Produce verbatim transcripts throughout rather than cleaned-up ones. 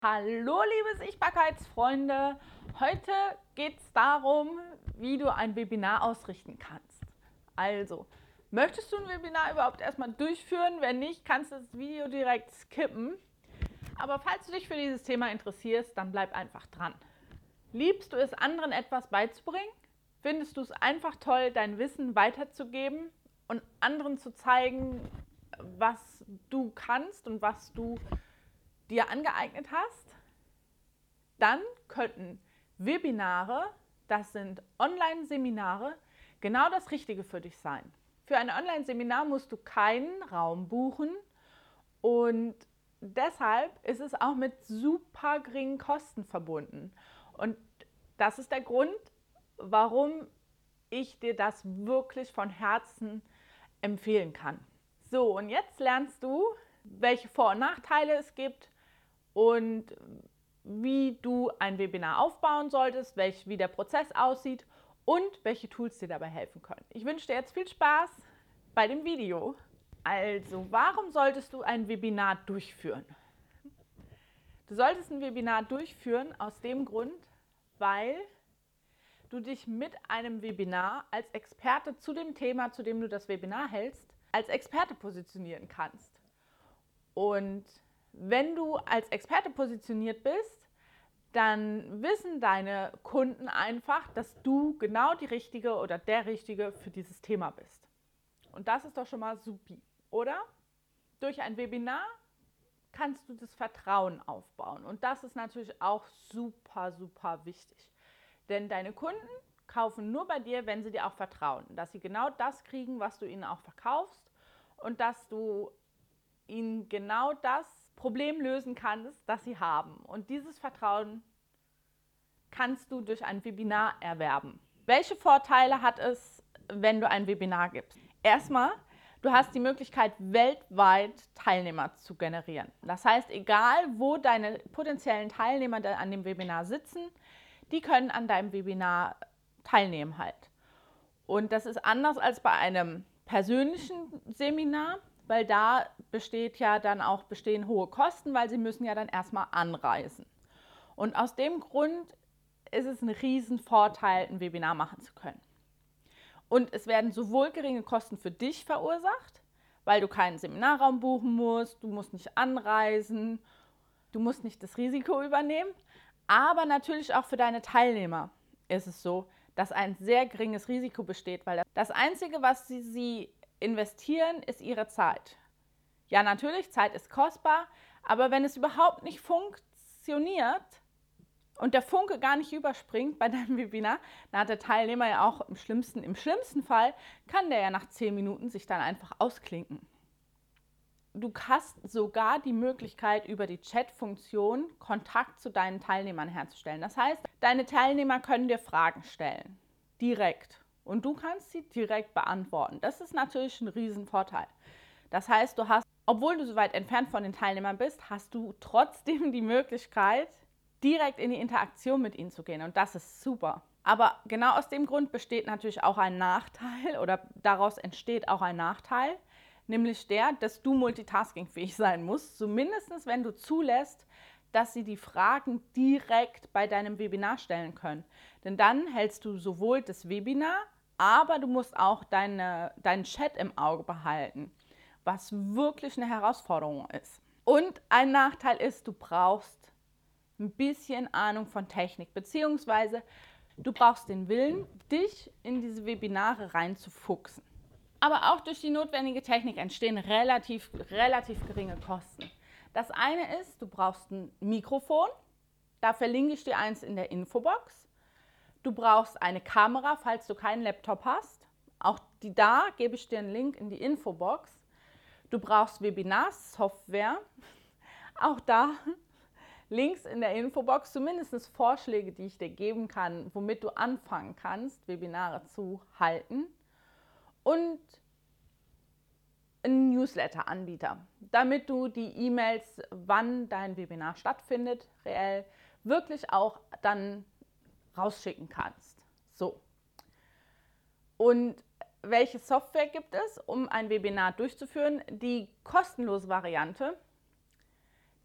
Hallo liebe Sichtbarkeitsfreunde, heute geht es darum, wie du ein Webinar ausrichten kannst. Also, möchtest du ein Webinar überhaupt erstmal durchführen? Wenn nicht, kannst du das Video direkt skippen. Aber falls du dich für dieses Thema interessierst, dann bleib einfach dran. Liebst du es, anderen etwas beizubringen? Findest du es einfach toll, dein Wissen weiterzugeben und anderen zu zeigen, was du kannst und was du dir angeeignet hast? Dann könnten Webinare, das sind Online-Seminare, genau das Richtige für dich sein. Für ein Online-Seminar musst du keinen Raum buchen und deshalb ist es auch mit super geringen Kosten verbunden. Und das ist der Grund, warum ich dir das wirklich von Herzen empfehlen kann. So, und jetzt lernst du, welche Vor- und Nachteile es gibt und wie du ein Webinar aufbauen solltest, welch, wie der Prozess aussieht und welche Tools dir dabei helfen können. Ich wünsche dir jetzt viel Spaß bei dem Video. Also, warum solltest du ein Webinar durchführen? Du solltest ein Webinar durchführen aus dem Grund, weil du dich mit einem Webinar als Experte zu dem Thema, zu dem du das Webinar hältst, als Experte positionieren kannst. Und wenn du als Experte positioniert bist, dann wissen deine Kunden einfach, dass du genau die Richtige oder der Richtige für dieses Thema bist. Und das ist doch schon mal supi, oder? Durch ein Webinar kannst du das Vertrauen aufbauen. Und das ist natürlich auch super, super wichtig. Denn deine Kunden kaufen nur bei dir, wenn sie dir auch vertrauen. Dass sie genau das kriegen, was du ihnen auch verkaufst und dass du ihnen genau das Problem lösen kannst, das sie haben. Und dieses Vertrauen kannst du durch ein Webinar erwerben. Welche Vorteile hat es, wenn du ein Webinar gibst? Erstmal, du hast die Möglichkeit, weltweit Teilnehmer zu generieren. Das heißt, egal wo deine potenziellen Teilnehmer an dem Webinar sitzen, die können an deinem Webinar teilnehmen halt. Und das ist anders als bei einem persönlichen Seminar, weil da besteht ja dann auch bestehen hohe Kosten, weil sie müssen ja dann erstmal anreisen. Und aus dem Grund ist es ein Riesenvorteil, ein Webinar machen zu können. Und es werden sowohl geringe Kosten für dich verursacht, weil du keinen Seminarraum buchen musst, du musst nicht anreisen, du musst nicht das Risiko übernehmen, aber natürlich auch für deine Teilnehmer ist es so, dass ein sehr geringes Risiko besteht, weil das Einzige, was sie, sie investieren, ist ihre Zeit. Ja, natürlich, Zeit ist kostbar, aber wenn es überhaupt nicht funktioniert und der Funke gar nicht überspringt bei deinem Webinar, dann hat der Teilnehmer ja auch im schlimmsten, im schlimmsten Fall, kann der ja nach zehn Minuten sich dann einfach ausklinken. Du hast sogar die Möglichkeit, über die Chat-Funktion Kontakt zu deinen Teilnehmern herzustellen. Das heißt, deine Teilnehmer können dir Fragen stellen, direkt. Und du kannst sie direkt beantworten. Das ist natürlich ein Riesenvorteil. Das heißt, du hast, obwohl du so weit entfernt von den Teilnehmern bist, hast du trotzdem die Möglichkeit, direkt in die Interaktion mit ihnen zu gehen. Und das ist super. Aber genau aus dem Grund besteht natürlich auch ein Nachteil oder daraus entsteht auch ein Nachteil, nämlich der, dass du multitaskingfähig sein musst, zumindest wenn du zulässt, dass sie die Fragen direkt bei deinem Webinar stellen können. Denn dann hältst du sowohl das Webinar, aber du musst auch deine, deinen Chat im Auge behalten, was wirklich eine Herausforderung ist. Und ein Nachteil ist, du brauchst ein bisschen Ahnung von Technik, beziehungsweise du brauchst den Willen, dich in diese Webinare reinzufuchsen. Aber auch durch die notwendige Technik entstehen relativ, relativ geringe Kosten. Das eine ist, du brauchst ein Mikrofon, da verlinke ich dir eins in der Infobox. Du brauchst eine Kamera, falls du keinen Laptop hast. Auch die, da gebe ich dir einen Link in die Infobox. Du brauchst Webinar-Software. Auch da Links in der Infobox, zumindest Vorschläge, die ich dir geben kann, womit du anfangen kannst, Webinare zu halten. Und ein Newsletter-Anbieter, damit du die E-Mails, wann dein Webinar stattfindet, reell wirklich auch dann rausschicken kannst. So. Und welche Software gibt es, um ein Webinar durchzuführen? Die kostenlose Variante,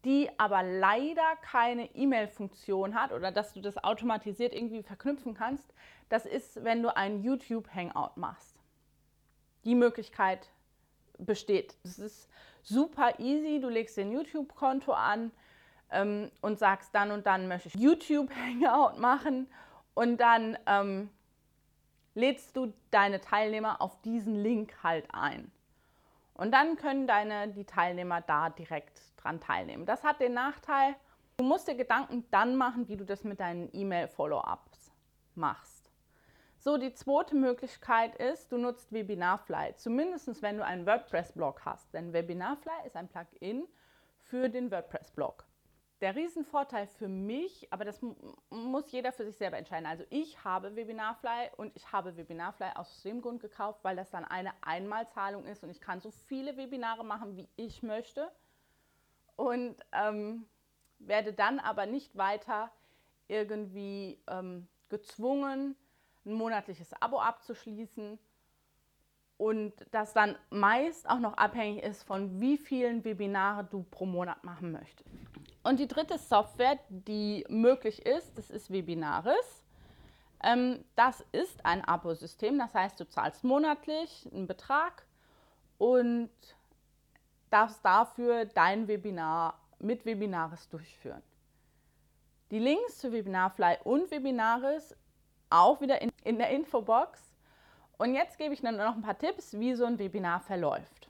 die aber leider keine E-Mail-Funktion hat oder dass du das automatisiert irgendwie verknüpfen kannst, das ist, wenn du einen YouTube-Hangout machst. Die Möglichkeit besteht. Das ist super easy. Du legst dir ein YouTube-Konto an ähm, und sagst dann und dann möchte ich YouTube-Hangout machen und dann ähm, lädst du deine Teilnehmer auf diesen Link halt ein. Und dann können deine, die Teilnehmer da direkt dran teilnehmen. Das hat den Nachteil, du musst dir Gedanken dann machen, wie du das mit deinen E-Mail-Follow-ups machst. So, die zweite Möglichkeit ist, du nutzt Webinarfly, zumindest wenn du einen WordPress-Blog hast. Denn Webinarfly ist ein Plugin für den WordPress-Blog. Der Riesenvorteil für mich, aber das muss jeder für sich selber entscheiden. Also ich habe Webinarfly und ich habe Webinarfly aus dem Grund gekauft, weil das dann eine Einmalzahlung ist und ich kann so viele Webinare machen, wie ich möchte und ähm, werde dann aber nicht weiter irgendwie ähm, gezwungen, ein monatliches Abo abzuschließen und das dann meist auch noch abhängig ist, von wie vielen Webinare du pro Monat machen möchtest. Und die dritte Software, die möglich ist, das ist Webinaris. Ähm, das ist ein Abosystem, das heißt, du zahlst monatlich einen Betrag und darfst dafür dein Webinar mit Webinaris durchführen. Die Links zu Webinarfly und Webinaris auch wieder in, in der Infobox. Und jetzt gebe ich dann noch ein paar Tipps, wie so ein Webinar verläuft.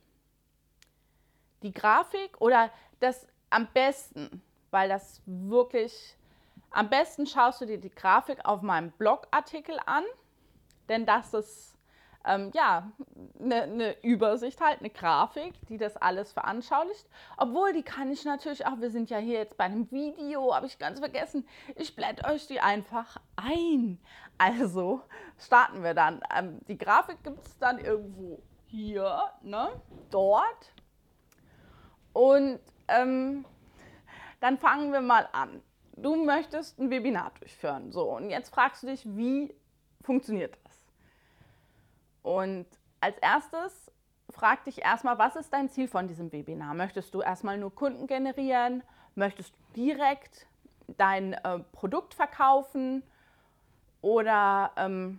Die Grafik oder das am besten, weil das wirklich, am besten schaust du dir die Grafik auf meinem Blogartikel an, denn das ist ähm, ja eine, eine Übersicht halt, eine Grafik, die das alles veranschaulicht. Obwohl, die kann ich natürlich auch, wir sind ja hier jetzt bei einem Video, habe ich ganz vergessen, ich blende euch die einfach ein. Also starten wir dann. Ähm, die Grafik gibt es dann irgendwo hier, ne, dort. Und ähm, dann fangen wir mal an. Du möchtest ein Webinar durchführen. So, und jetzt fragst du dich, wie funktioniert das? Und als erstes frag dich erstmal, was ist dein Ziel von diesem Webinar? Möchtest du erstmal nur Kunden generieren? Möchtest du direkt dein äh, Produkt verkaufen? Oder, ähm,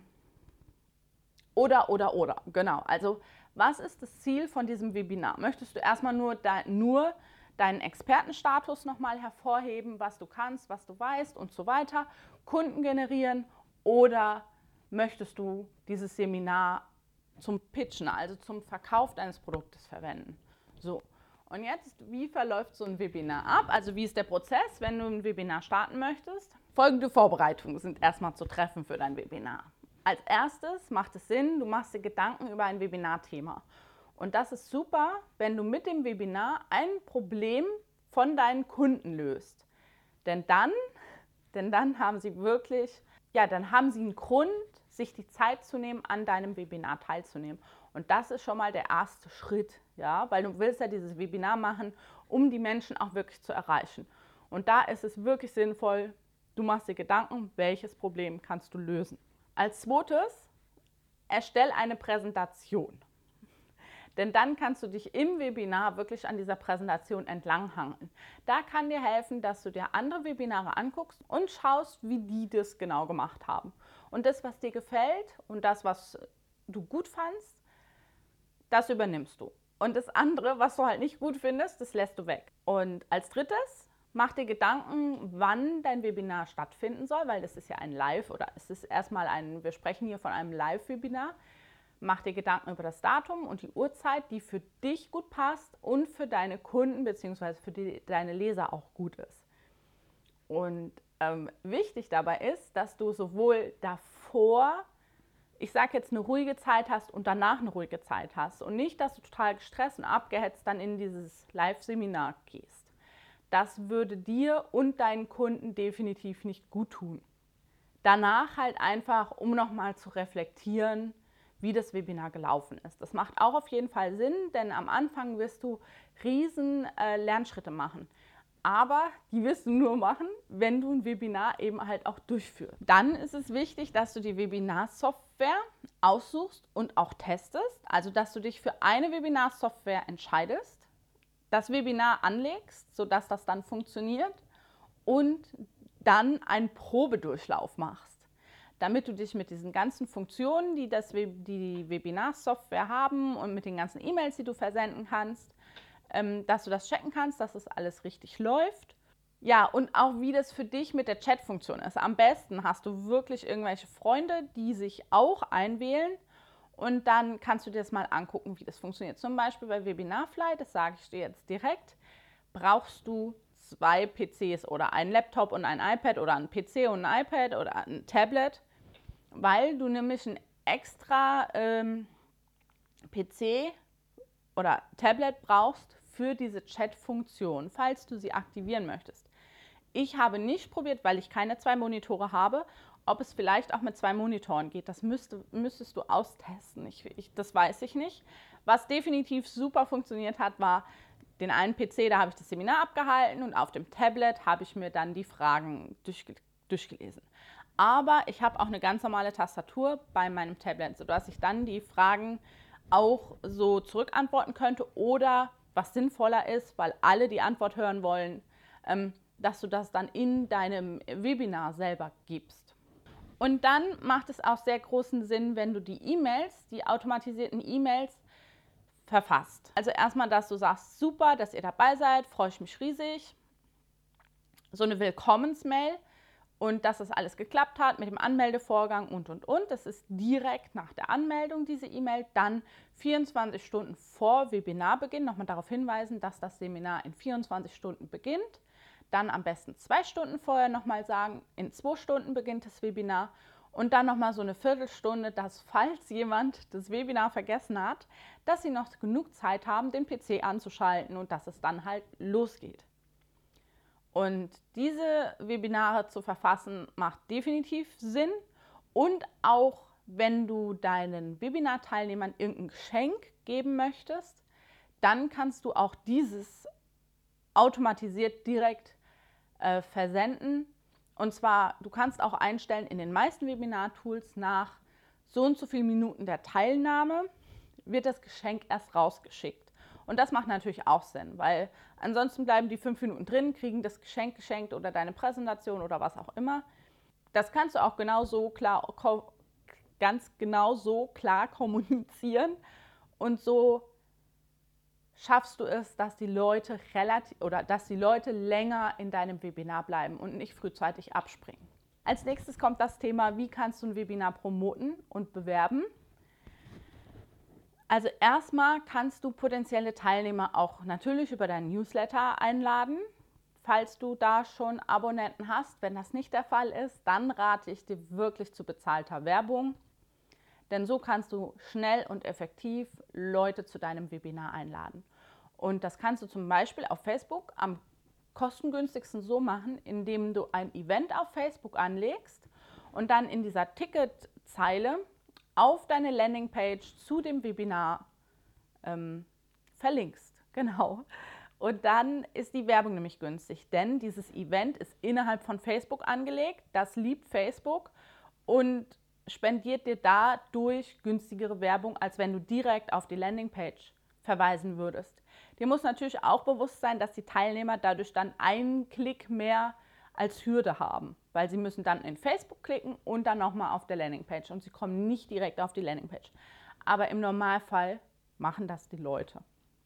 oder, oder, oder, genau. Also, was ist das Ziel von diesem Webinar? Möchtest du erstmal nur, de nur deinen Expertenstatus nochmal hervorheben, was du kannst, was du weißt und so weiter, Kunden generieren, oder möchtest du dieses Seminar zum Pitchen, also zum Verkauf deines Produktes verwenden? So, und jetzt, wie verläuft so ein Webinar ab? Also wie ist der Prozess, wenn du ein Webinar starten möchtest? Folgende Vorbereitungen sind erstmal zu treffen für dein Webinar. Als erstes macht es Sinn, du machst dir Gedanken über ein Webinarthema. Und das ist super, wenn du mit dem Webinar ein Problem von deinen Kunden löst. Denn dann, denn dann haben sie wirklich, ja, dann haben sie einen Grund, sich die Zeit zu nehmen, an deinem Webinar teilzunehmen. Und das ist schon mal der erste Schritt, ja, weil du willst ja dieses Webinar machen, um die Menschen auch wirklich zu erreichen. Und da ist es wirklich sinnvoll, du machst dir Gedanken, welches Problem kannst du lösen. Als zweites, erstell eine Präsentation. Denn dann kannst du dich im Webinar wirklich an dieser Präsentation entlanghangeln. Da kann dir helfen, dass du dir andere Webinare anguckst und schaust, wie die das genau gemacht haben. Und das, was dir gefällt und das, was du gut fandst, das übernimmst du. Und das andere, was du halt nicht gut findest, das lässt du weg. Und als drittes, mach dir Gedanken, wann dein Webinar stattfinden soll, weil das ist ja ein Live oder es ist erstmal ein, wir sprechen hier von einem Live-Webinar. Mach dir Gedanken über das Datum und die Uhrzeit, die für dich gut passt und für deine Kunden bzw. für die, deine Leser auch gut ist. Und ähm, wichtig dabei ist, dass du sowohl davor, ich sage jetzt, eine ruhige Zeit hast und danach eine ruhige Zeit hast und nicht, dass du total gestresst und abgehetzt dann in dieses Live-Seminar gehst. Das würde dir und deinen Kunden definitiv nicht gut tun. Danach halt einfach, um nochmal zu reflektieren, wie das Webinar gelaufen ist. Das macht auch auf jeden Fall Sinn, denn am Anfang wirst du riesen äh, Lernschritte machen. Aber die wirst du nur machen, wenn du ein Webinar eben halt auch durchführst. Dann ist es wichtig, dass du die Webinarsoftware aussuchst und auch testest. Also, dass du dich für eine Webinarsoftware entscheidest. das Webinar anlegst, sodass das dann funktioniert und dann einen Probedurchlauf machst, damit du dich mit diesen ganzen Funktionen, die das, die Webinar-Software haben und mit den ganzen E-Mails, die du versenden kannst, ähm, dass du das checken kannst, dass das alles richtig läuft. Ja, und auch wie das für dich mit der Chat-Funktion ist. Am besten hast du wirklich irgendwelche Freunde, die sich auch einwählen und dann kannst du dir das mal angucken, wie das funktioniert. Zum Beispiel bei Webinarfly, das sage ich dir jetzt direkt, brauchst du zwei P Cs oder einen Laptop und ein iPad oder einen P C und ein iPad oder ein Tablet, weil du nämlich ein extra ähm, P C oder Tablet brauchst für diese Chat-Funktion, falls du sie aktivieren möchtest. Ich habe nicht probiert, weil ich keine zwei Monitore habe, ob es vielleicht auch mit zwei Monitoren geht. Das müsste, müsstest du austesten. Ich, ich, das weiß ich nicht. Was definitiv super funktioniert hat, war den einen P C, da habe ich das Seminar abgehalten und auf dem Tablet habe ich mir dann die Fragen durchge durchgelesen. Aber ich habe auch eine ganz normale Tastatur bei meinem Tablet, sodass ich dann die Fragen auch so zurückantworten könnte oder, was sinnvoller ist, weil alle die Antwort hören wollen, ähm, dass du das dann in deinem Webinar selber gibst. Und dann macht es auch sehr großen Sinn, wenn du die E-Mails, die automatisierten E-Mails, verfasst. Also erstmal, dass du sagst, super, dass ihr dabei seid, freue ich mich riesig. So eine Willkommensmail und dass das alles geklappt hat mit dem Anmeldevorgang und, und, und. Das ist direkt nach der Anmeldung, diese E-Mail. Dann vierundzwanzig Stunden vor Webinarbeginn nochmal darauf hinweisen, dass das Seminar in vierundzwanzig Stunden beginnt. Dann am besten zwei Stunden vorher nochmal sagen, in zwei Stunden beginnt das Webinar. Und dann nochmal so eine Viertelstunde, dass, falls jemand das Webinar vergessen hat, dass sie noch genug Zeit haben, den P C anzuschalten und dass es dann halt losgeht. Und diese Webinare zu verfassen, macht definitiv Sinn. Und auch wenn du deinen Webinar-Teilnehmern irgendein Geschenk geben möchtest, dann kannst du auch dieses automatisiert direkt äh, versenden. Und zwar, du kannst auch einstellen in den meisten Webinar-Tools, nach so und so vielen Minuten der Teilnahme wird das Geschenk erst rausgeschickt. Und das macht natürlich auch Sinn, weil ansonsten bleiben die fünf Minuten drin, kriegen das Geschenk geschenkt oder deine Präsentation oder was auch immer. Das kannst du auch genau so klar, ganz genau so klar kommunizieren und so schaffst du es, dass die Leute relativ oder dass die Leute länger in deinem Webinar bleiben und nicht frühzeitig abspringen. Als nächstes kommt das Thema, wie kannst du ein Webinar promoten und bewerben. Also erstmal kannst du potenzielle Teilnehmer auch natürlich über deinen Newsletter einladen, falls du da schon Abonnenten hast. Wenn das nicht der Fall ist, dann rate ich dir wirklich zu bezahlter Werbung, denn so kannst du schnell und effektiv Leute zu deinem Webinar einladen. Und das kannst du zum Beispiel auf Facebook am kostengünstigsten so machen, indem du ein Event auf Facebook anlegst und dann in dieser Ticketzeile auf deine Landingpage zu dem Webinar ähm, verlinkst. Genau. Und dann ist die Werbung nämlich günstig, denn dieses Event ist innerhalb von Facebook angelegt. Das liebt Facebook und spendiert dir dadurch günstigere Werbung, als wenn du direkt auf die Landingpage verweisen würdest. Dir muss natürlich auch bewusst sein, dass die Teilnehmer dadurch dann einen Klick mehr als Hürde haben, weil sie müssen dann in Facebook klicken und dann nochmal auf der Landingpage und sie kommen nicht direkt auf die Landingpage. Aber im Normalfall machen das die Leute.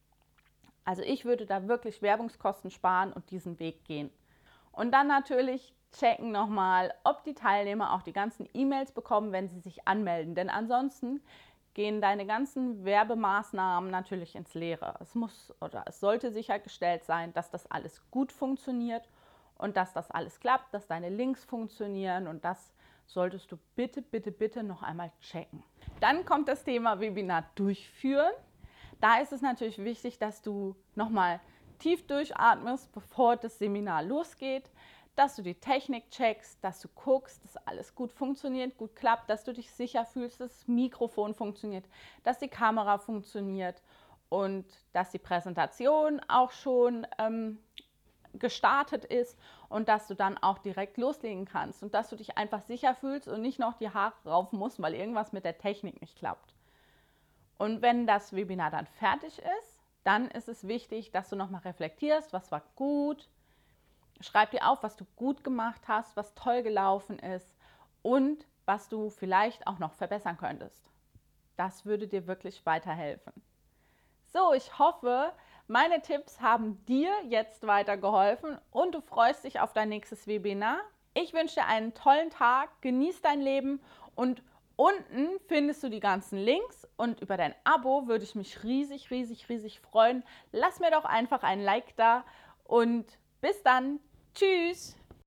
Also ich würde da wirklich Werbungskosten sparen und diesen Weg gehen. Und dann natürlich checken nochmal, ob die Teilnehmer auch die ganzen E-Mails bekommen, wenn sie sich anmelden. Denn ansonsten gehen deine ganzen Werbemaßnahmen natürlich ins Leere. Es muss oder es sollte sichergestellt sein, dass das alles gut funktioniert und dass das alles klappt, dass deine Links funktionieren und das solltest du bitte, bitte, bitte noch einmal checken. Dann kommt das Thema Webinar durchführen. Da ist es natürlich wichtig, dass du nochmal tief durchatmest, bevor das Seminar losgeht, dass du die Technik checkst, dass du guckst, dass alles gut funktioniert, gut klappt, dass du dich sicher fühlst, dass das Mikrofon funktioniert, dass die Kamera funktioniert und dass die Präsentation auch schon ähm, gestartet ist und dass du dann auch direkt loslegen kannst und dass du dich einfach sicher fühlst und nicht noch die Haare raufen musst, weil irgendwas mit der Technik nicht klappt. Und wenn das Webinar dann fertig ist, dann ist es wichtig, dass du nochmal reflektierst, was war gut. Schreib dir auf, was du gut gemacht hast, was toll gelaufen ist und was du vielleicht auch noch verbessern könntest. Das würde dir wirklich weiterhelfen. So, ich hoffe, meine Tipps haben dir jetzt weitergeholfen und du freust dich auf dein nächstes Webinar. Ich wünsche dir einen tollen Tag, genieß dein Leben und unten findest du die ganzen Links und über dein Abo würde ich mich riesig, riesig, riesig freuen. Lass mir doch einfach ein Like da und bis dann. Tschüss!